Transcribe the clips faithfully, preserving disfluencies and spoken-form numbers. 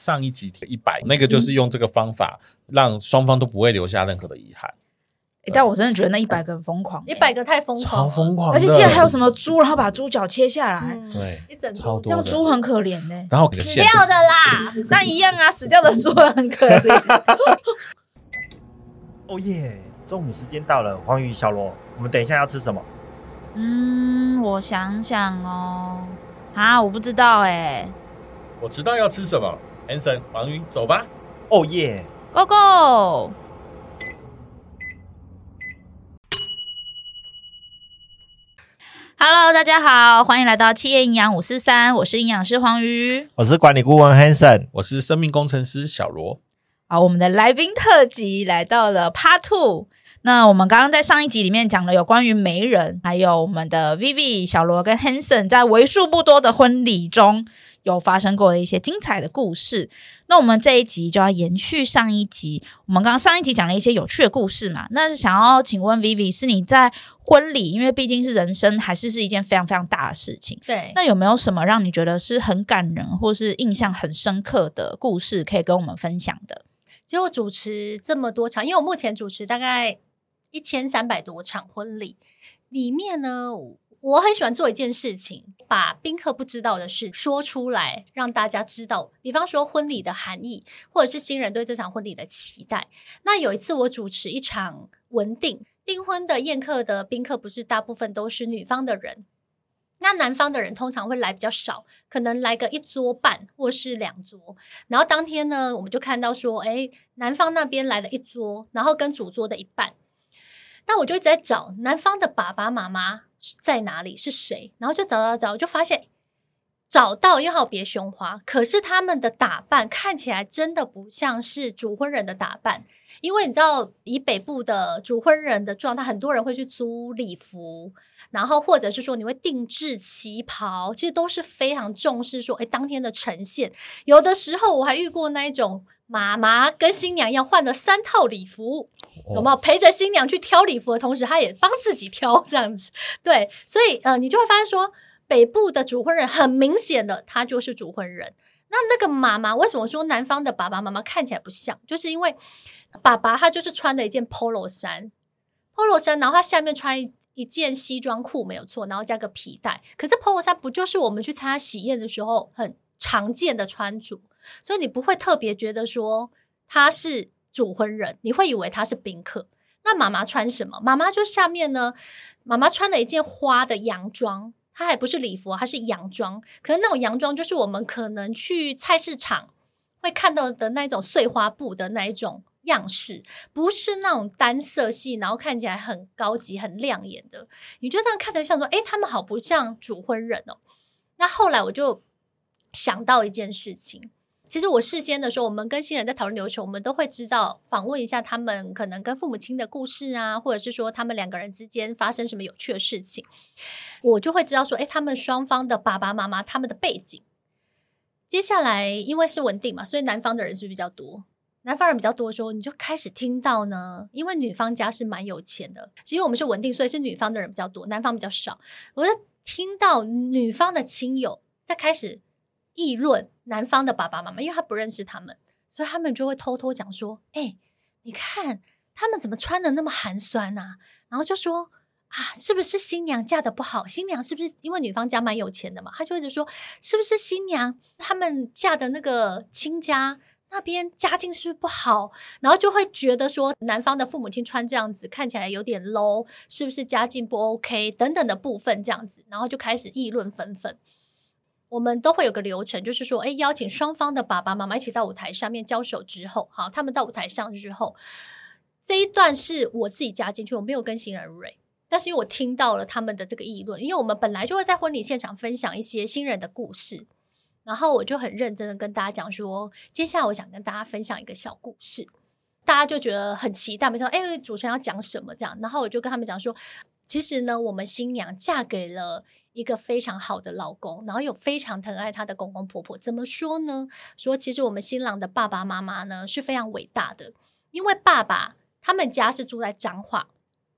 上一集一百，那个就是用这个方法让双方都不会留下任何的遗憾。 欸、但我真的觉得那一百个很疯狂、欸， 一百个太疯狂了， 超疯狂的， 而且竟然还有什么猪，然后把猪脚切下来， 嗯、 对， 一整超多这样猪很可怜呢、欸。 然后给个死掉的啦， 那一样啊，死掉的猪很可怜。 哦耶！中午时间到了，黄鱼小罗，我们等一下要吃什么？ 嗯，我想想哦，啊，我不知道哎、欸。 我知道要吃什么 ，Hanson， 黄鱼，走吧。 哦耶 ，Go Go！ Hello， 大家好，欢迎来到企业营养五四三，我是营养师黄鱼， 我是管理顾问 Hanson， 我是生命工程师小罗。 好，我们的来宾特辑来到了 Part 二。那我们刚刚在上一集里面讲了有关于媒人，还有我们的 Vivi、小罗跟 Hanson 在为数不多的婚礼中有发生过的一些精彩的故事。那我们这一集就要延续上一集，我们刚刚上一集讲了一些有趣的故事嘛，那想要请问 Vivi， 是你在婚礼，因为毕竟是人生还是是一件非常非常大的事情， 对， 那有没有什么让你觉得是很感人或是印象很深刻的故事可以跟我们分享的？ 其实我主持这么多场，因为我目前主持大概一千三百多场婚礼，里面呢，我很喜欢做一件事情，把宾客不知道的事说出来，让大家知道。比方说婚礼的含义，或者是新人对这场婚礼的期待。那有一次我主持一场文订订婚的宴客的宾客，不是大部分都是女方的人，那男方的人通常会来比较少，可能来个一桌半或是两桌。然后当天呢，我们就看到说，哎，男方那边来了一桌，然后跟主桌的一半。那我就一直在找男方的爸爸妈妈在哪里，是谁，然后就找找找，就发现找到，因为还有别胸花，可是他们的打扮看起来真的不像是主婚人的打扮。因为你知道以北部的主婚人的状态，很多人会去租礼服，然后或者是说你会定制旗袍，其实都是非常重视说，诶，当天的呈现。有的时候我还遇过那一种妈妈跟新娘一样换了三套礼服，有没有陪着新娘去挑礼服的同时，她也帮自己挑这样子。对，所以呃，你就会发现说，北部的主婚人很明显的，他就是主婚人。那那个妈妈为什么说男方的爸爸妈妈看起来不像？就是因为爸爸他就是穿的一件 polo 衫 polo 衫，然后他下面穿一一件西装裤没有错，然后加个皮带。可是 polo 衫不就是我们去参加喜宴的时候很常见的穿着，所以你不会特别觉得说他是主婚人，你会以为他是宾客。那妈妈穿什么？妈妈就下面呢，妈妈穿了一件花的洋装，它还不是礼服，它是洋装。可是那种洋装就是我们可能去菜市场会看到的那种碎花布的那一种样式，不是那种单色系，然后看起来很高级很亮眼的。你就这样看着像说，诶，他们好不像主婚人哦。那后来我就想到一件事情，其实我事先的时候，我们跟新人在讨论流程，我们都会知道访问一下他们可能跟父母亲的故事啊，或者是说他们两个人之间发生什么有趣的事情，我就会知道说，诶，他们双方的爸爸妈妈他们的背景。接下来因为是文订嘛，所以男方的人是比较多，男方人比较多的时候，你就开始听到呢，因为女方家是蛮有钱的，因为我们是文订，所以是女方的人比较多，男方比较少。我就听到女方的亲友在开始议论男方的爸爸妈妈，因为他不认识他们，所以他们就会偷偷讲说，哎，你看他们怎么穿的那么寒酸啊，然后就说啊，是不是新娘嫁的不好？新娘是不是因为女方家蛮有钱的嘛？他就一直说，是不是新娘他们嫁的那个亲家那边家境是不是不好？然后就会觉得说，男方的父母亲穿这样子看起来有点 low， 是不是家境不 OK 等等的部分这样子，然后就开始议论纷纷。我们都会有个流程，就是说，哎，邀请双方的爸爸妈妈一起到舞台上面交手之后，好，他们到舞台上之后，这一段是我自己加进去，我没有跟新人蕊。但是因为我听到了他们的这个议论，因为我们本来就会在婚礼现场分享一些新人的故事，然后我就很认真的跟大家讲说，接下来我想跟大家分享一个小故事，大家就觉得很期待，没说哎，主持人要讲什么这样，然后我就跟他们讲说，其实呢，我们新娘嫁给了一个非常好的老公，然后有非常疼爱她的公公婆婆。怎么说呢？说其实我们新郎的爸爸妈妈呢是非常伟大的，因为爸爸他们家是住在彰化。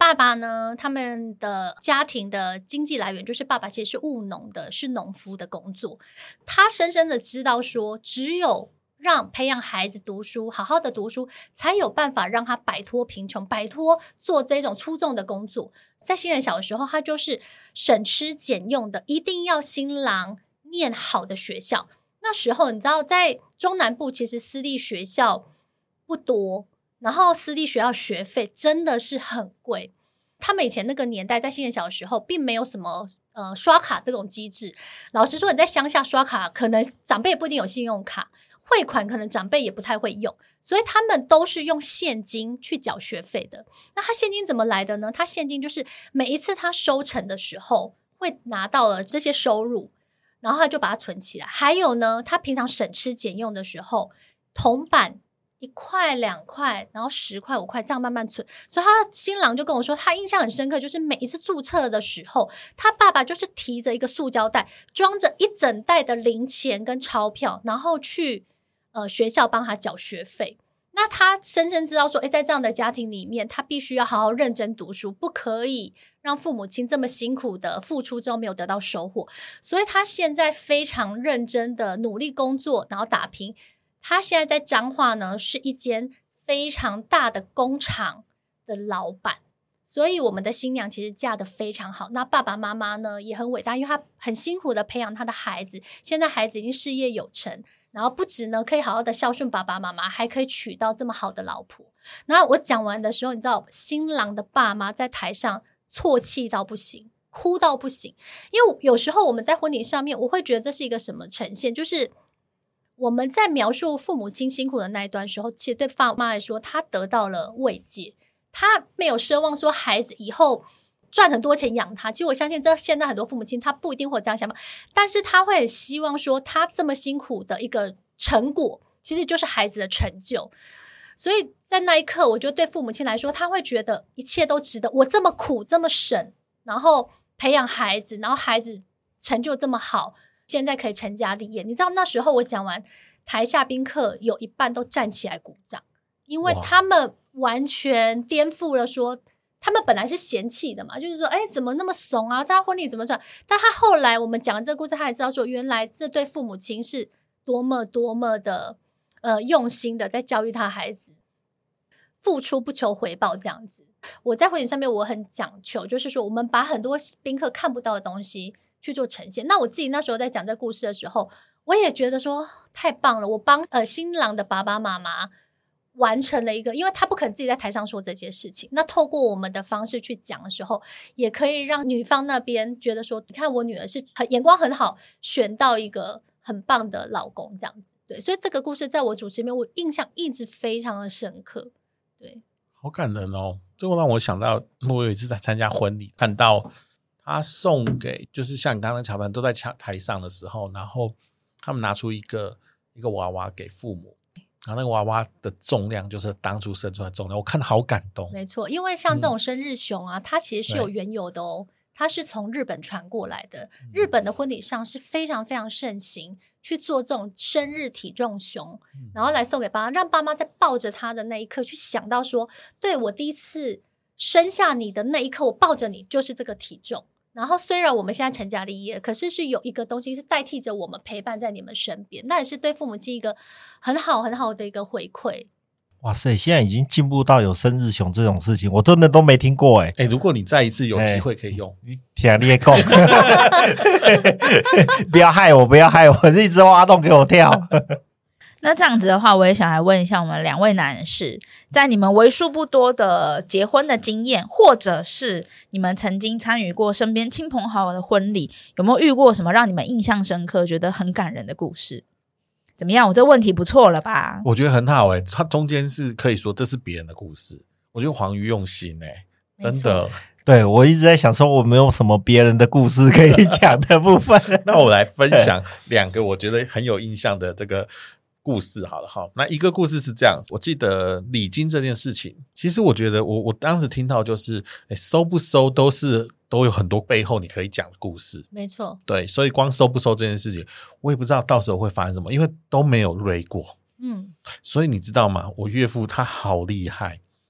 爸爸呢，他们的家庭的经济来源就是爸爸其实是务农的，是农夫的工作。他深深的知道说，只有让培养孩子读书，好好的读书，才有办法让他摆脱贫穷，摆脱做这种粗重的工作。在新人小的时候，他就是省吃俭用的，一定要新郎念好的学校。那时候你知道，在中南部其实私立学校不多，然后私立学校学费真的是很贵。他们以前那个年代在新人小的时候并没有什么呃刷卡这种机制。老实说，你在乡下刷卡，可能长辈也不一定有信用卡，汇款可能长辈也不太会用，所以他们都是用现金去缴学费的。那他现金怎么来的呢？他现金就是每一次他收成的时候会拿到了这些收入，然后他就把它存起来。还有呢，他平常省吃俭用的时候，铜板一块两块，然后十块五块这样慢慢存。所以他新郎就跟我说，他印象很深刻，就是每一次注册的时候，他爸爸就是提着一个塑胶袋，装着一整袋的零钱跟钞票，然后去呃学校帮他缴学费。那他深深知道说，诶，在这样的家庭里面，他必须要好好认真读书，不可以让父母亲这么辛苦的付出之后没有得到收获。所以他现在非常认真的努力工作，然后打拼。他现在在彰化呢，是一间非常大的工厂的老板。所以我们的新娘其实嫁得非常好，那爸爸妈妈呢也很伟大，因为他很辛苦的培养他的孩子，现在孩子已经事业有成，然后不止呢可以好好的孝顺爸爸妈妈，还可以娶到这么好的老婆。然后我讲完的时候，你知道新郎的爸妈在台上啜泣到不行，哭到不行。因为有时候我们在婚礼上面，我会觉得这是一个什么呈现，就是我们在描述父母亲辛苦的那一段时候，其实对爸妈来说，他得到了慰藉，他没有奢望说孩子以后赚很多钱养他。其实我相信这现在很多父母亲他不一定会有这样想法，但是他会很希望说他这么辛苦的一个成果其实就是孩子的成就。所以在那一刻，我觉得对父母亲来说，他会觉得一切都值得，我这么苦这么省，然后培养孩子，然后孩子成就这么好，现在可以成家立业。你知道那时候我讲完，台下宾客有一半都站起来鼓掌，因为他们完全颠覆了说他们本来是嫌弃的嘛，就是说哎，怎么那么怂啊，他婚礼怎么转。但他后来我们讲这个故事，他也知道说原来这对父母亲是多么多么的呃用心的在教育他孩子，付出不求回报这样子。我在婚礼上面我很讲求，就是说我们把很多宾客看不到的东西去做呈现。那我自己那时候在讲这个故事的时候，我也觉得说太棒了，我帮呃新郎的爸爸妈妈完成了一个，因为他不可能自己在台上说这些事情，那透过我们的方式去讲的时候，也可以让女方那边觉得说，你看我女儿是很眼光很好，选到一个很棒的老公这样子。对，所以这个故事在我主持里面，我印象一直非常的深刻。对， 好感人哦！这个让我想到，我有一次在参加婚礼，看到他送给，就是像你刚刚的桥段都在台上的时候，然后他们拿出一个一个娃娃给父母，然后那个娃娃的重量就是当初生出来的重量，我看得好感动。 没错，因为像这种生日熊啊，嗯、它其实是有缘由的哦，它是从日本传过来的。嗯、日本的婚礼上是非常非常盛行去做这种生日体重熊，嗯、然后来送给爸妈，让爸妈在抱着他的那一刻去想到说，对，我第一次生下你的那一刻，我抱着你就是这个体重。然后虽然我们现在成家立业，可是是有一个东西是代替着我们陪伴在你们身边，那也是对父母亲一个很好很好的一个回馈。 哇塞，现在已经进步到有生日熊这种事情，我真的都没听过哎、 欸欸、如果你再一次有机会可以用， 你听你也讲不要害我不要害我，一直挖洞给我跳那这样子的话，我也想来问一下我们两位男士，在你们为数不多的结婚的经验，或者是你们曾经参与过身边亲朋好友的婚礼，有没有遇过什么让你们印象深刻觉得很感人的故事？怎么样，我这问题不错了吧？ 我觉得很好耶、欸、它中间是可以说这是别人的故事，我觉得黄瑜用心耶、欸、真的。 对，我一直在想说我没有什么别人的故事可以讲的部分那我来分享两个我觉得很有印象的这个故事好了哈。那一个故事是这样，我记得礼金这件事情，其实我觉得我我当时听到就是诶收不收都是都有很多背后你可以讲的故事。 没错， 对，所以光收不收这件事情我也不知道到时候会发生什么，因为都没有瑞过。嗯，所以你知道吗，我岳父他好厉害，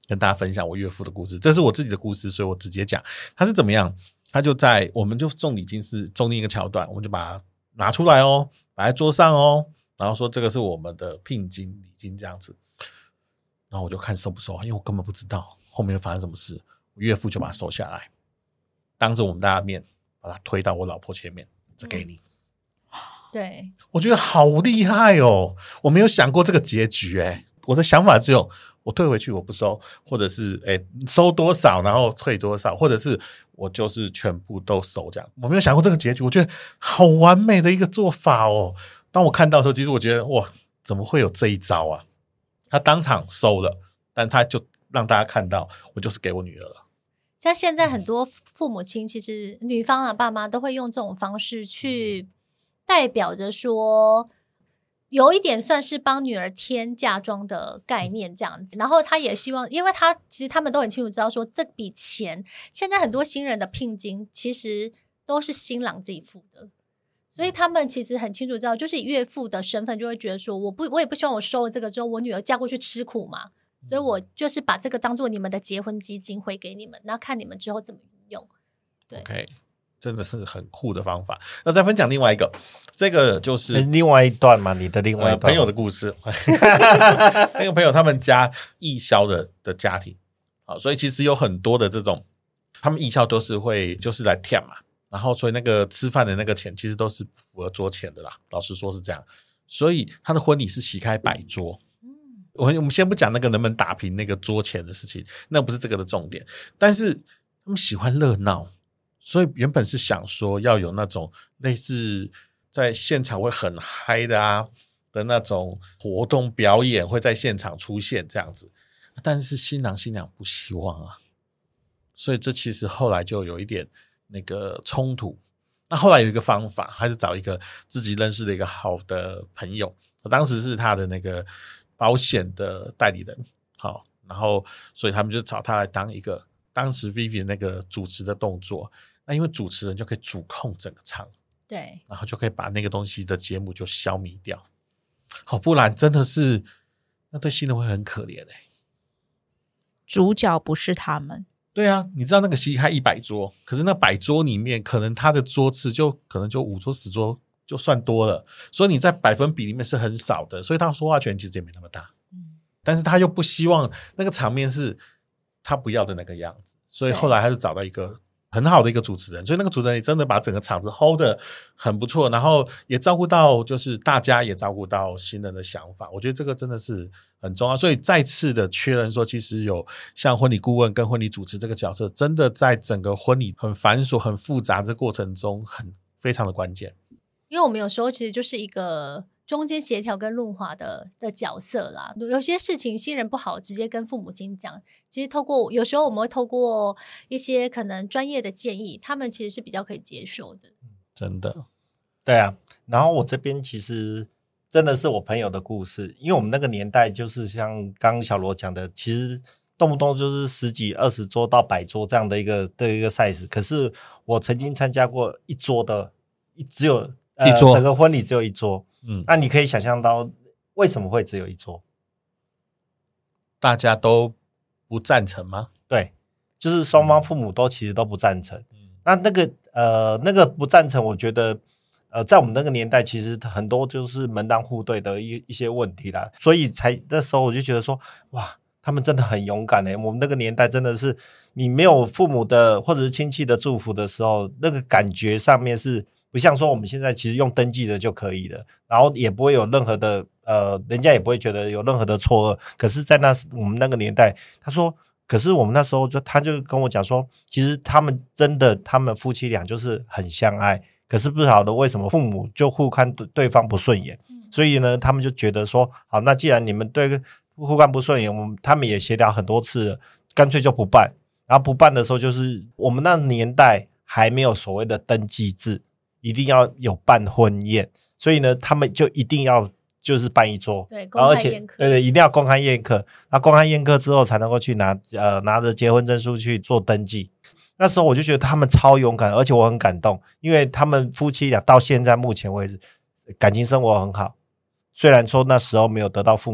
跟大家分享我岳父的故事，这是我自己的故事，所以我直接讲他是怎么样。他就在我们就送礼金是中间一个桥段，我们就把它拿出来哦，摆在桌上哦，然后说这个是我们的聘金礼金这样子。然后我就看收不收，因为我根本不知道后面发生什么事。我岳父就把它收下来，当着我们大家的面把它推到我老婆前面，这给你。 嗯、对， 我觉得好厉害哦！我没有想过这个结局诶，我的想法只有我退回去我不收，或者是诶收多少然后退多少，或者是我就是全部都收这样。我没有想过这个结局，我觉得好完美的一个做法哦。当我看到的时候，其实我觉得哇，怎么会有这一招啊？他当场收了，但他就让大家看到我就是给我女儿了。 像现在很多父母亲，其实女方啊爸妈都会用这种方式去代表着说，有一点算是帮女儿添嫁妆的概念这样子。然后他也希望，因为他其实他们都很清楚知道说，这笔钱现在很多新人的聘金其实都是新郎自己付的。所以他们其实很清楚知道，就是以岳父的身份就会觉得说，我不我也不希望我收了这个之后我女儿嫁过去吃苦嘛，所以我就是把这个当做你们的结婚基金汇给你们，然后看你们之后怎么用。对 OK， 真的是很酷的方法。那再分享另外一个，这个就是另外一段嘛，你的另外一段、 呃、朋友的故事那个朋友他们家义消的的家庭，好，所以其实有很多的这种他们义消都是会就是来舔嘛，然后所以那个吃饭的那个钱其实都是符合桌钱的啦，老实说是这样。所以他的婚礼是席开百桌，我们先不讲那个能不能打平那个桌钱的事情，那不是这个的重点。但是他们喜欢热闹，所以原本是想说要有那种类似在现场会很嗨的啊的那种活动表演会在现场出现这样子，但是新郎新娘不希望啊，所以这其实后来就有一点那个冲突。那后来有一个方法，还是找一个自己认识的一个好的朋友，当时是他的那个保险的代理人，好，然后所以他们就找他来当一个当时 Vivi 那个主持的动作。那因为主持人就可以主控整个场， 对， 然后就可以把那个东西的节目就消弭掉。好，不然真的是那对新人会很可怜欸。 主角不是他们。 对啊，你知道那个席开一百桌，可是那百桌里面可能他的桌次就可能就五桌十桌就算多了，所以你在百分比里面是很少的，所以他说话权其实也没那么大。嗯，但是他又不希望那个场面是他不要的那个样子，所以后来他就找到一个很好的一个主持人，所以那个主持人也真的把整个场子 hold 得很不错，然后也照顾到就是大家也照顾到新人的想法，我觉得这个真的是很重要。所以再次的确认说，其实有像婚礼顾问跟婚礼主持这个角色，真的在整个婚礼很繁琐很复杂的过程中很非常的关键。 因为我们有时候其实就是一个中间协调跟润滑的的角色啦，有些事情新人不好直接跟父母亲讲，其实透过有时候我们会透过一些可能专业的建议，他们其实是比较可以接受的。 真的， 对啊。然后我这边其实真的是我朋友的故事，因为我们那个年代就是像刚刚小罗讲的，其实动不动就是十几二十桌到百桌这样的一个的一个 size， 可是我曾经参加过一桌的只有、呃、 一桌， 整个婚礼只有一桌。 嗯， 那你可以想象到为什么会只有一桌？ 大家都不赞成吗？ 对，就是双方父母都其实都不赞成。嗯，那那个呃那个不赞成，我觉得呃在我们那个年代，其实很多就是门当户对的一一些问题啦，所以才那时候我就觉得说，哇，他们真的很勇敢欸。我们那个年代真的是，你没有父母的或者是亲戚的祝福的时候，那个感觉上面是。不像说我们现在其实用登记的就可以了，然后也不会有任何的呃，人家也不会觉得有任何的错愕。可是在那我们那个年代，他说，可是我们那时候就他就跟我讲说，其实他们真的他们夫妻俩就是很相爱，可是不晓得为什么父母就互看对方不顺眼，嗯、所以呢，他们就觉得说，好，那既然你们对互看不顺眼，我们他们也协调很多次了，干脆就不办。然后不办的时候，就是我们那年代还没有所谓的登记制。一定要有办婚宴，所以呢，他们就一定要就是办一桌， 对，公开宴客， 对对，一定要公开宴客。那公开宴客之后，才能够去拿呃拿着结婚证书去做登记。那时候我就觉得他们超勇敢，而且我很感动，因为他们夫妻俩到现在目前为止感情生活很好。虽然说那时候没有得到父母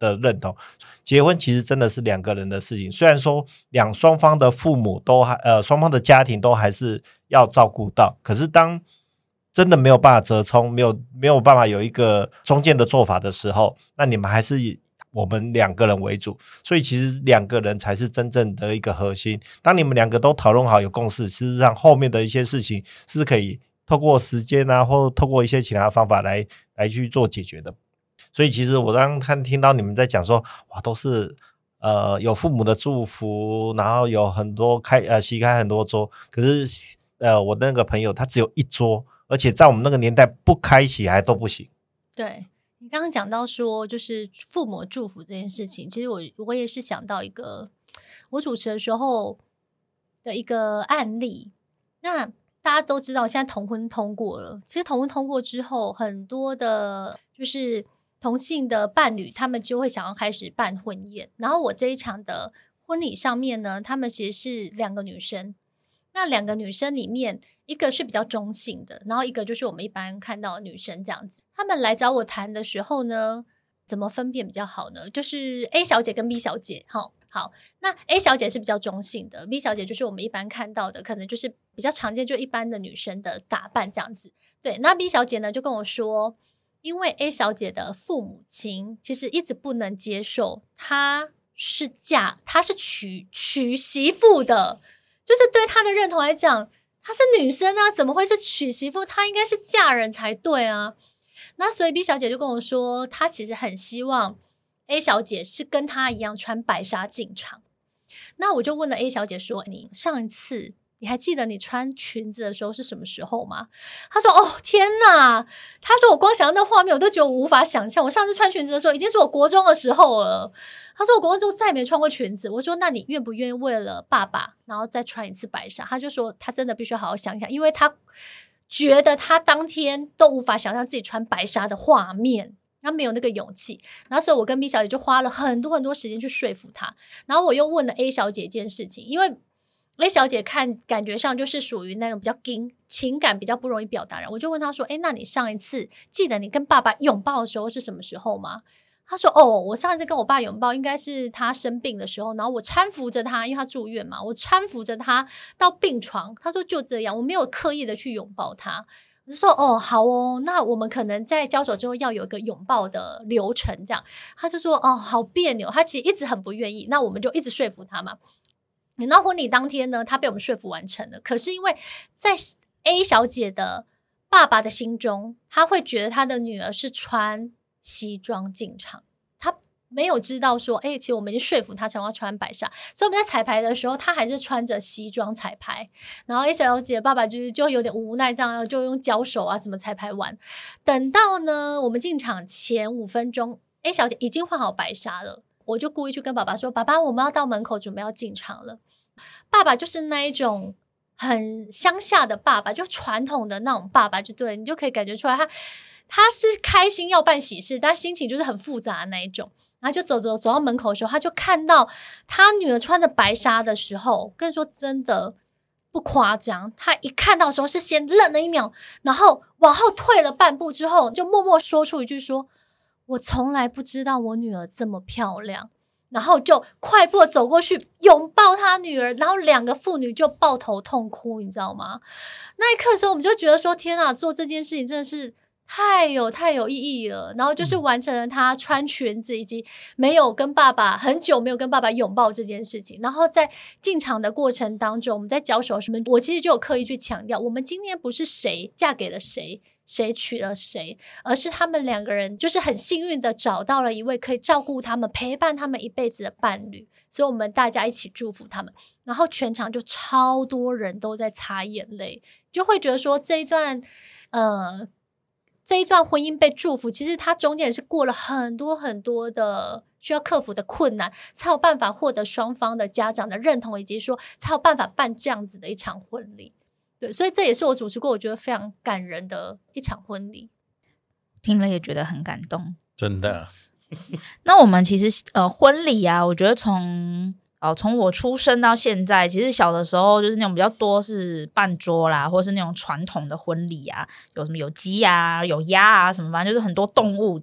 的认同。结婚其实真的是两个人的事情，虽然说两双方的父母都还呃双方的家庭都还是要照顾到，可是当真的没有办法折冲，没有没有办法有一个中间的做法的时候，那你们还是以我们两个人为主，所以其实两个人才是真正的一个核心。当你们两个都讨论好有共识，事实上后面的一些事情是可以透过时间啊，或透过一些其他方法来来去做解决的。所以其实我刚刚看听到你们在讲说，哇，都是呃有父母的祝福，然后有很多开呃席开很多桌，可是呃我的那个朋友他只有一桌，而且在我们那个年代不开起来都不行。 对，你刚刚讲到说就是父母祝福这件事情，其实我我也是想到一个我主持的时候的一个案例。那大家都知道现在同婚通过了，其实同婚通过之后，很多的就是同性的伴侣他们就会想要开始办婚宴，然后我这一场的婚礼上面呢，他们其实是两个女生，那两个女生里面一个是比较中性的，然后一个就是我们一般看到的女生这样子。他们来找我谈的时候呢，怎么分辨比较好呢？就是 A 小姐跟 B 小姐。好，好，那 A 小姐是比较中性的， B 小姐就是我们一般看到的，可能就是比较常见就一般的女生的打扮这样子。对，那 B 小姐呢就跟我说，因为 A 小姐的父母亲其实一直不能接受她是嫁她是娶娶媳妇的，就是对她的认同来讲，她是女生啊，怎么会是娶媳妇？她应该是嫁人才对啊。那所以 B 小姐就跟我说，她其实很希望 A 小姐是跟她一样穿白纱进场。那我就问了 A 小姐说，你上一次你还记得你穿裙子的时候是什么时候吗？她说，哦天哪，她说我光想到那画面我都觉得我无法想象，我上次穿裙子的时候已经是我国中的时候了。她说我国中之后再也没穿过裙子。我说那你愿不愿意为了爸爸然后再穿一次白纱？她就说她真的必须好好想想，因为她觉得她当天都无法想象自己穿白纱的画面，她没有那个勇气。然后所以我跟 B 小姐就花了很多很多时间去说服她。然后我又问了 A 小姐一件事情，因为 A 小姐看感觉上就是属于那种比较硬，情感比较不容易表达人。我就问她说，诶，那你上一次记得你跟爸爸拥抱的时候是什么时候吗？她说，哦，我上一次跟我爸拥抱应该是他生病的时候，然后我搀扶着他，因为他住院嘛，我搀扶着他到病床。她说就这样，我没有刻意的去拥抱他。我就说，哦，好哦，那我们可能在交手之后要有一个拥抱的流程这样。她就说，哦，好别扭，她其实一直很不愿意。那我们就一直说服她嘛。等到婚礼当天呢，她被我们说服完成了。可是因为在 A 小姐的爸爸的心中，他会觉得他的女儿是穿西装进场，他没有知道说，哎，其实我们已经说服他成要穿白纱，所以我们在彩排的时候，他还是穿着西装彩排。然后 A 小姐的爸爸就是就有点无奈，这样就用脚手啊什么彩排完。等到呢，我们进场前五分钟 ，A 小姐已经换好白纱了。我就故意去跟爸爸说，爸爸，我们要到门口准备要进场了。爸爸就是那一种很乡下的爸爸，就传统的那种爸爸，就对，你就可以感觉出来他他是开心要办喜事，但心情就是很复杂的那一种。然后就走走走到门口的时候，他就看到他女儿穿着白纱的时候，跟你说真的不夸张，他一看到的时候是先愣了一秒，然后往后退了半步之后，就默默说出一句说，我从来不知道我女儿这么漂亮。然后就快步走过去拥抱他女儿，然后两个妇女就抱头痛哭，你知道吗？那一刻的时候我们就觉得说，天啊，做这件事情真的是太有太有意义了。然后就是完成了他穿裙子以及没有跟爸爸很久没有跟爸爸拥抱这件事情。然后在进场的过程当中，我们在交手什么，我其实就有刻意去强调，我们今天不是谁嫁给了谁，谁娶了谁，而是他们两个人就是很幸运的找到了一位可以照顾他们陪伴他们一辈子的伴侣，所以我们大家一起祝福他们。然后全场就超多人都在擦眼泪，就会觉得说这一段呃这一段婚姻被祝福，其实它中间也是过了很多很多的需要克服的困难，才有办法获得双方的家长的认同，以及说才有办法办这样子的一场婚礼。对，所以这也是我主持过我觉得非常感人的一场婚礼， 听了也觉得很感动， 真的。 那我们其实呃婚礼啊，我觉得从哦从我出生到现在，其实小的时候就是那种比较多是办桌啦，或是那种传统的婚礼啊，有什么有鸡啊有鸭啊什么，反正就是很多动物的。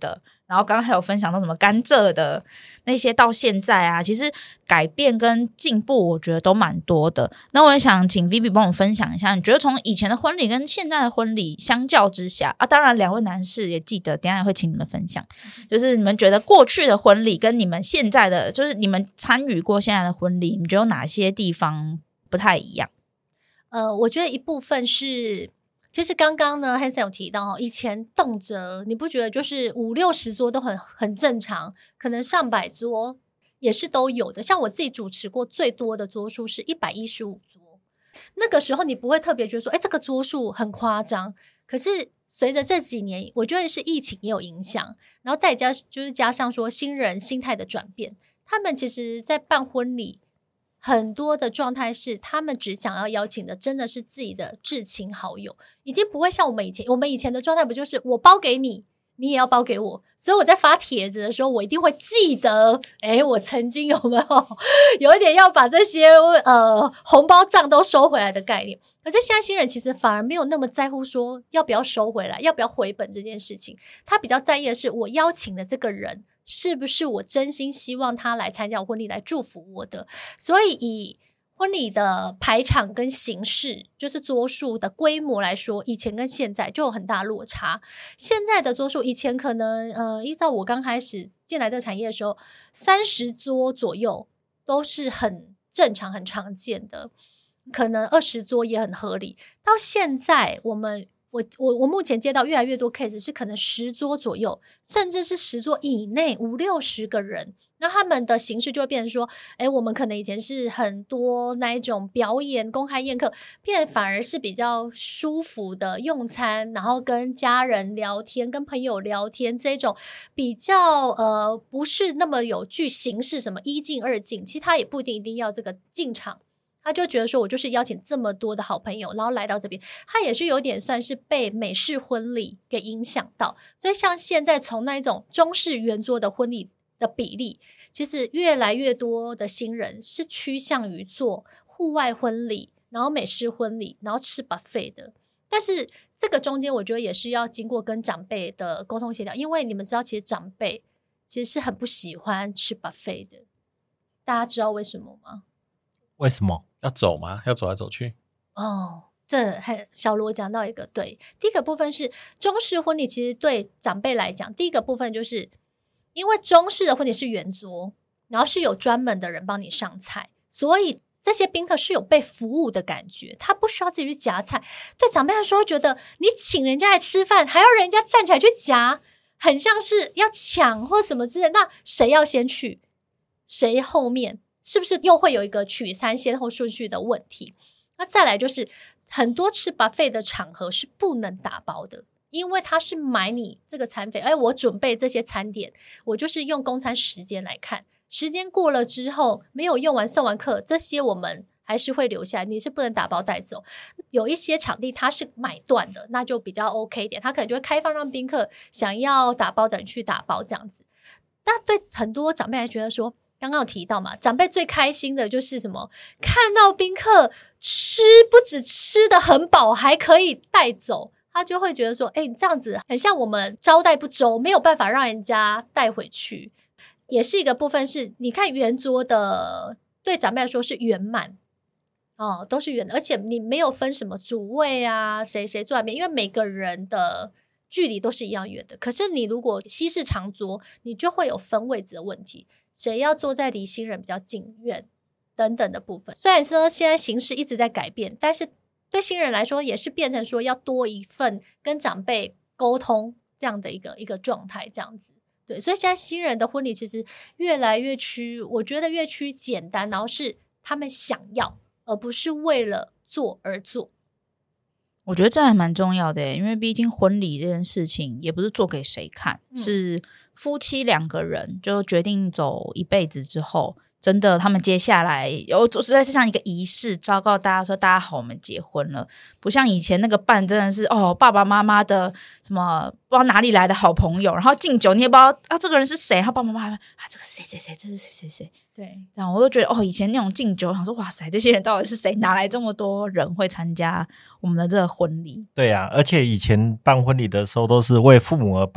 然后刚刚还有分享到什么甘蔗的那些，到现在啊，其实改变跟进步我觉得都蛮多的。那我也想请 Vivi 帮我分享一下，你觉得从以前的婚礼跟现在的婚礼相较之下啊，当然两位男士也记得等一下也会请你们分享，就是你们觉得过去的婚礼跟你们现在的，就是你们参与过现在的婚礼，你觉得有哪些地方不太一样？ 呃，我觉得一部分是，其实刚刚呢 Hanson 有提到，以前动辄你不觉得就是五六十桌都很很正常，可能上百桌也是都有的。像我自己主持过最多的桌数是一百一十五桌，那个时候你不会特别觉得说，哎，这个桌数很夸张。可是随着这几年，我觉得是疫情也有影响，然后再加就是加上说新人心态的转变，他们其实在办婚礼。很多的状态是他们只想要邀请的真的是自己的至亲好友，已经不会像我们以前我们以前的状态不就是我包给你你也要包给我，所以我在发帖子的时候我一定会记得，诶我曾经有没有有一点要把这些呃红包账都收回来的概念。可是现在新人其实反而没有那么在乎说要不要收回来要不要回本这件事情，他比较在意的是我邀请的这个人是不是我真心希望他来参加我婚礼来祝福我的。所以以婚礼的排场跟形式，就是桌数的规模来说，以前跟现在就有很大落差。现在的桌数，以前可能呃，依照我刚开始进来这个产业的时候，三十桌左右都是很正常、很常见的，可能二十桌也很合理。到现在，我们我我我目前接到越来越多 case 是可能十桌左右，甚至是十桌以内，五六十个人。那他们的形式就会变成说，诶我们可能以前是很多那一种表演公开宴客，变反而是比较舒服的用餐，然后跟家人聊天跟朋友聊天，这种比较呃不是那么有具形式，什么一进二进，其实他也不一定一定要这个进场，他就觉得说我就是邀请这么多的好朋友然后来到这边，他也是有点算是被美式婚礼给影响到。所以像现在从那一种中式圆桌的婚礼的比例，其实越来越多的新人是趋向于做户外婚礼，然后美式婚礼，然后吃 buffet 的。但是这个中间我觉得也是要经过跟长辈的沟通协调，因为你们知道其实长辈其实是很不喜欢吃 buffet 的，大家知道为什么吗？ 为什么要走吗？要走来走去哦，这还小罗讲到一个，对，第一个部分是中式婚礼，其实对长辈来讲，第一个部分就是因为中式的婚礼是圆桌，然后是有专门的人帮你上菜，所以这些宾客是有被服务的感觉，他不需要自己去夹菜。对长辈来说，觉得你请人家来吃饭，还要人家站起来去夹，很像是要抢或什么之类，那谁要先去，谁后面，是不是又会有一个取餐先后顺序的问题？那再来就是很多吃 buffet 的场合是不能打包的，因为他是买你这个餐费，哎，我准备这些餐点，我就是用供餐时间来看，时间过了之后没有用完送完客，这些我们还是会留下，你是不能打包带走。有一些场地它是买断的，那就比较 OK 一点，他可能就会开放让宾客想要打包的人去打包这样子。那对很多长辈还觉得说，刚刚有提到嘛，长辈最开心的就是什么？看到宾客吃不止吃得很饱，还可以带走，他就会觉得说，哎，这样子很像我们招待不周，没有办法让人家带回去。也是一个部分是，你看圆桌的对长辈来说是圆满哦，都是圆的，而且你没有分什么主位啊，谁谁坐在那边，因为每个人的距离都是一样远的。可是你如果西式长桌，你就会有分位置的问题，谁要坐在离新人比较近远等等的部分。虽然说现在形势一直在改变，但是对新人来说也是变成说要多一份跟长辈沟通这样的一个一个状态，这样子。对，所以现在新人的婚礼其实越来越趋，我觉得越趋简单，然后是他们想要，而不是为了做而做。 我觉得这还蛮重要的耶，因为毕竟婚礼这件事情也不是做给谁看，嗯、是夫妻两个人就决定走一辈子之后，真的他们接下来有实在是像一个仪式，昭告大家说大家好，我们结婚了。不像以前那个办真的是哦，爸爸妈妈的什么不知道哪里来的好朋友，然后敬酒你也不知道啊这个人是谁，然后爸爸妈妈啊这个谁谁谁这是谁谁谁，对，这样我都觉得哦，以前那种敬酒，想说哇塞，这些人到底是谁？哪来这么多人会参加我们的这个婚礼？ 对啊，而且以前办婚礼的时候都是为父母而办，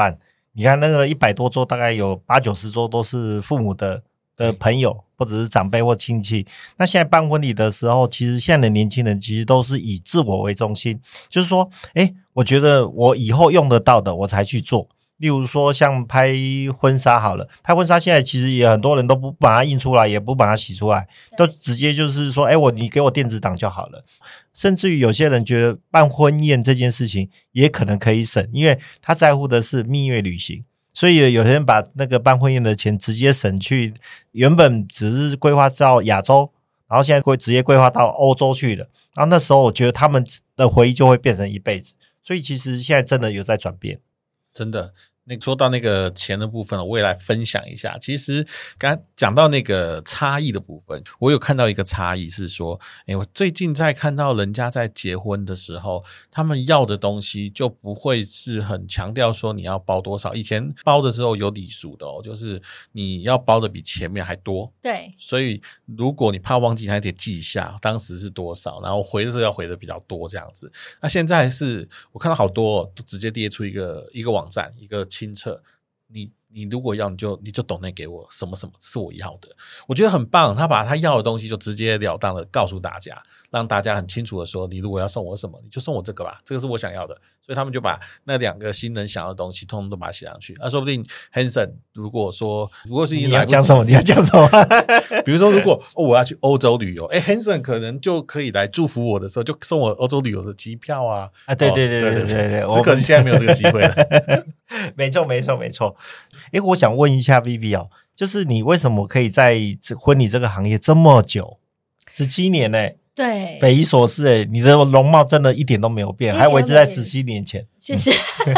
你看那个一百多桌，大概有八九十桌都是父母的的朋友，或者是长辈或亲戚。那现在办婚礼的时候，其实现在的年轻人其实都是以自我为中心，就是说，诶，我觉得我以后用得到的我才去做。例如说像拍婚纱好了，拍婚纱现在其实也很多人都不把它印出来，也不把它洗出来，都直接就是说，诶，我你给我电子档就好了。甚至于有些人觉得办婚宴这件事情也可能可以省，因为他在乎的是蜜月旅行。所以有些人把那个办婚宴的钱直接省去，原本只是规划到亚洲，然后现在会直接规划到欧洲去了。然后那时候我觉得他们的回忆就会变成一辈子。所以其实现在真的有在转变， 真的。那说到那个钱的部分，我也来分享一下。其实刚刚讲到那个差异的部分，我有看到一个差异是说，诶，我最近在看到人家在结婚的时候，他们要的东西就不会是很强调说你要包多少。以前包的时候有礼数的哦，就是你要包的比前面还多。 对， 所以如果你怕忘记，你还得记一下当时是多少，然后回的时候要回的比较多这样子。那现在是我看到好多哦，都直接列出一个一个网站，一个清册，你你如果要你就你就抖内给我什么什么是我要的，我觉得很棒。他把他要的东西就直截了当的告诉大家，让大家很清楚的说，你如果要送我什么，你就送我这个吧，这个是我想要的。所以他们就把那两个新人想要的东西通通都把它写上去。那、啊、说不定 Hanson 如果说如果是你要讲什么你要讲什么比如说如果、哦、我要去欧洲旅游，诶 Hanson 可能就可以来祝福我的时候就送我欧洲旅游的机票啊。 啊对对对对对对对， 只可惜现在没有这个机会了没错没错没错。诶，我想问一下 Vivi 哦，就是你为什么可以在婚礼这个行业这么久，十七年呢？ 对， 匪夷所思诶，你的容貌真的一点都没有变，还维持在十七年前。 谢谢。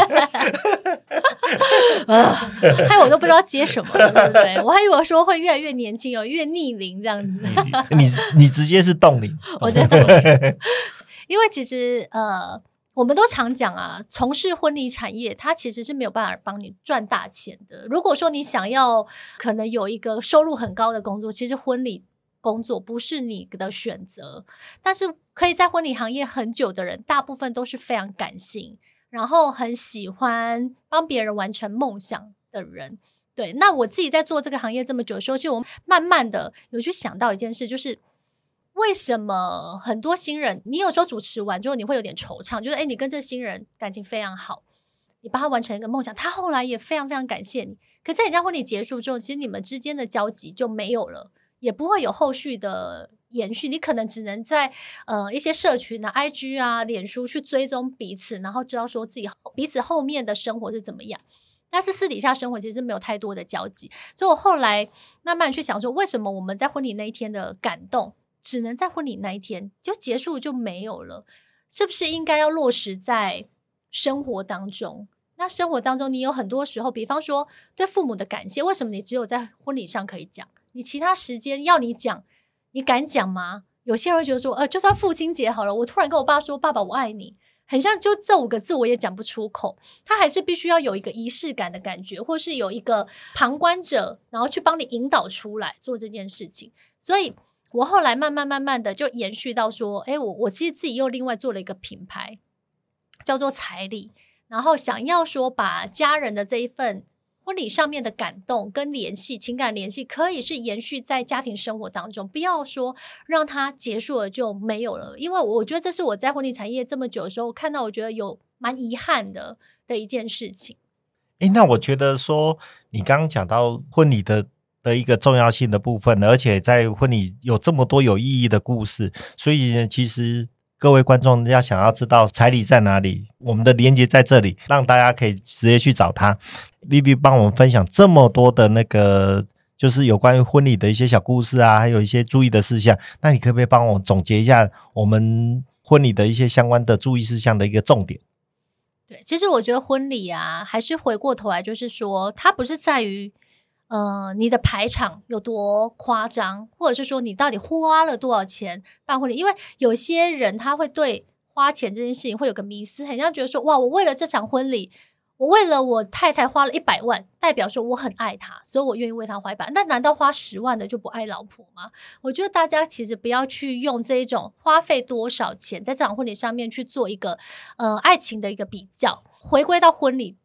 啊，害我都不知道接什么了，对不对？我还以为说会越来越年轻哦，越逆龄这样子。 你你直接是冻龄， 我在冻龄。因为其实呃，我们都常讲啊，从事婚礼产业，它其实是没有办法帮你赚大钱的。如果说你想要可能有一个收入很高的工作，其实婚礼工作不是你的选择。但是可以在婚礼行业很久的人，大部分都是非常感性，然后很喜欢帮别人完成梦想的人。对，那我自己在做这个行业这么久的时候，其实我慢慢的有去想到一件事，就是为什么很多新人，你有时候主持完之后你会有点惆怅，就是诶，你跟这新人感情非常好，你帮他完成一个梦想，他后来也非常非常感谢你，可是人家婚礼结束之后，其实你们之间的交集就没有了，也不会有后续的延续，你可能只能在呃一些社群啊 I G 啊脸书去追踪彼此，然后知道说自己彼此后面的生活是怎么样，但是私底下生活其实没有太多的交集。所以我后来慢慢去想说，为什么我们在婚礼那一天的感动只能在婚礼那一天就结束就没有了，是不是应该要落实在生活当中？那生活当中你有很多时候，比方说对父母的感谢，为什么你只有在婚礼上可以讲，你其他时间要你讲你敢讲吗？有些人会觉得说呃，就算父亲节好了，我突然跟我爸说爸爸我爱你，很像就这五个字我也讲不出口，他还是必须要有一个仪式感的感觉，或是有一个旁观者然后去帮你引导出来做这件事情。所以我后来慢慢慢慢的就延续到说，诶，我我其实自己又另外做了一个品牌叫做彩礼，然后想要说把家人的这一份婚礼上面的感动跟联系，情感联系可以是延续在家庭生活当中，不要说让它结束了就没有了。因为我觉得这是我在婚礼产业这么久的时候看到我觉得有蛮遗憾的的一件事情。 诶，那我觉得说你刚刚讲到婚礼的的一个重要性的部分，而且在婚礼有这么多有意义的故事，所以呢其实各位观众要想要知道彩礼在哪里，我们的连结在这里，让大家可以直接去找他。Vivi 帮我们分享这么多的那个就是有关于婚礼的一些小故事啊，还有一些注意的事项，那你可不可以帮我总结一下我们婚礼的一些相关的注意事项的一个重点？ 对，其实我觉得婚礼啊，还是回过头来就是说，它不是在于呃你的排场有多夸张，或者是说你到底花了多少钱办婚礼。因为有些人他会对花钱这件事情会有个迷思，很像觉得说哇，我为了这场婚礼，我为了我太太花了一百万，代表说我很爱她，所以我愿意为她花一百万。那难道花十万的就不爱老婆吗？我觉得大家其实不要去用这一种花费多少钱在这场婚礼上面去做一个呃爱情的一个比较。回归到婚礼，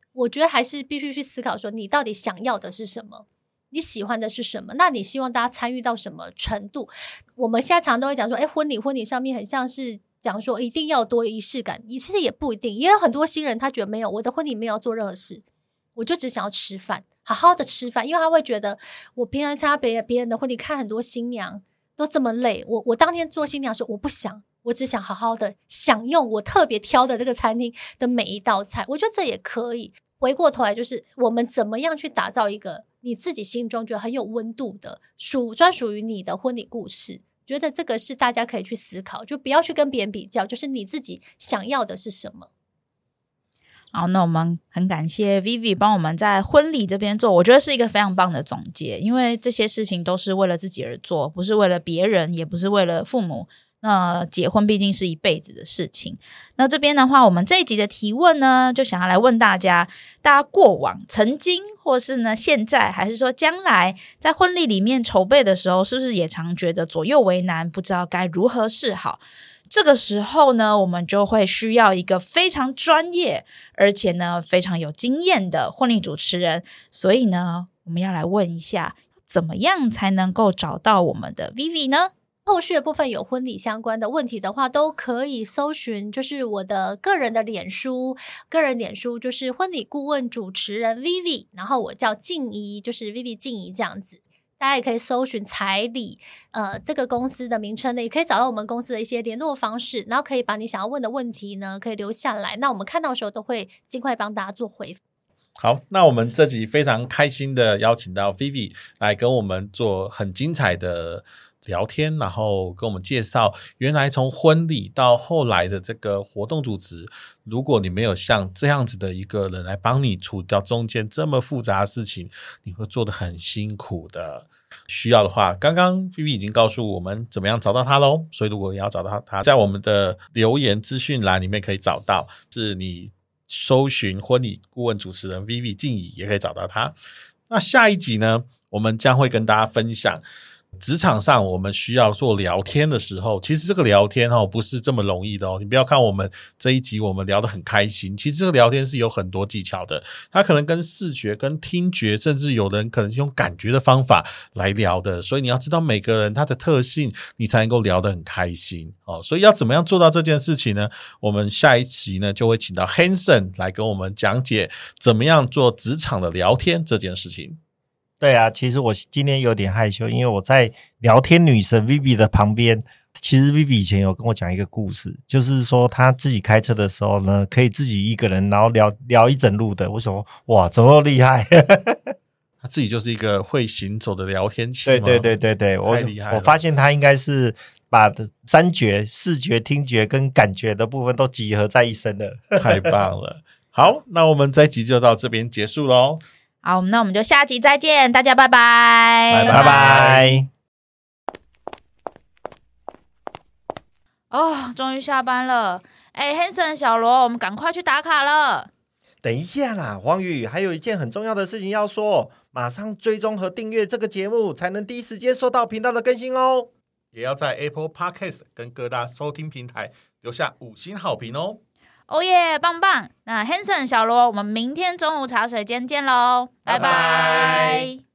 我觉得还是必须去思考说，你到底想要的是什么，你喜欢的是什么，那你希望大家参与到什么程度。我们现在常常都会讲说，哎，婚礼婚礼上面很像是讲说一定要多仪式感，其实也不一定，也有很多新人他觉得没有，我的婚礼没有要做任何事，我就只想要吃饭，好好的吃饭，因为他会觉得我平常参加别人别人的婚礼，看很多新娘都这么累，我我当天做新娘的时候我不想，我只想好好的享用我特别挑的这个餐厅的每一道菜，我觉得这也可以。回过头来就是我们怎么样去打造一个你自己心中觉得很有温度的属专属于你的婚礼故事，觉得这个是大家可以去思考，就不要去跟别人比较，就是你自己想要的是什么。 好，那我们很感谢 Vivi 帮我们在婚礼这边做，我觉得是一个非常棒的总结，因为这些事情都是为了自己而做，不是为了别人，也不是为了父母，那结婚毕竟是一辈子的事情。那这边的话，我们这一集的提问呢，就想要来问大家，大家过往曾经或是呢现在还是说将来在婚礼里面筹备的时候，是不是也常觉得左右为难，不知道该如何是好？这个时候呢，我们就会需要一个非常专业而且呢非常有经验的婚礼主持人，所以呢我们要来问一下，怎么样才能够找到我们的 Vivi 呢？ 后续的部分有婚礼相关的问题的话，都可以搜寻，就是我的个人的脸书，个人脸书就是婚礼顾问主持人 Vivi， 然后我叫静怡，就是 Vivi 静怡这样子。大家也可以搜寻彩礼呃这个公司的名称呢，也可以找到我们公司的一些联络方式，然后可以把你想要问的问题呢可以留下来，那我们看到的时候都会尽快帮大家做回复。 好，那我们这集非常开心的邀请到 Vivi 来跟我们做很精彩的聊天，然后跟我们介绍原来从婚礼到后来的这个活动主持，如果你没有像这样子的一个人来帮你处掉中间这么复杂的事情，你会做得很辛苦的。需要的话，刚刚 Vivi 已经告诉我们怎么样找到他咯，所以如果你要找到他，在我们的留言资讯栏里面可以找到，是你搜寻婚礼顾问主持人 Vivi 静怡也可以找到他。那下一集呢，我们将会跟大家分享职场上我们需要做聊天的时候，其实这个聊天哦不是这么容易的哦。你不要看我们这一集我们聊得很开心，其实这个聊天是有很多技巧的，它可能跟视觉跟听觉，甚至有人可能是用感觉的方法来聊的，所以你要知道每个人他的特性，你才能够聊得很开心哦。所以要怎么样做到这件事情呢？我们下一集呢就会请到 Hanson 来跟我们讲解怎么样做职场的聊天这件事情。 对啊，其实我今天有点害羞，因为我在聊天女神 Vivi 的旁边。其实 Vivi 以前有跟我讲一个故事，就是说她自己开车的时候呢，可以自己一个人然后聊聊一整路的。我说哇，怎么厉害？ 他自己就是一个会行走的聊天器对对对对对，我我发现他应该是把三觉视觉、听觉跟感觉的部分都集合在一身了。 太棒了。好，那我们这一集就到这边结束咯。 好，那我们就下集再见，大家拜拜， 拜拜。 哦，终于下班了。哎 ，Hanson 小罗，我们赶快去打卡了。 等一下啦，黄宇，还有一件很重要的事情要说，马上追踪和订阅这个节目，才能第一时间收到频道的更新哦。 也要在 Apple Podcast 跟各大收听平台留下五星好评哦。 哦耶，棒棒！那 Hanson 小罗，我们明天中午茶水间见喽，拜拜。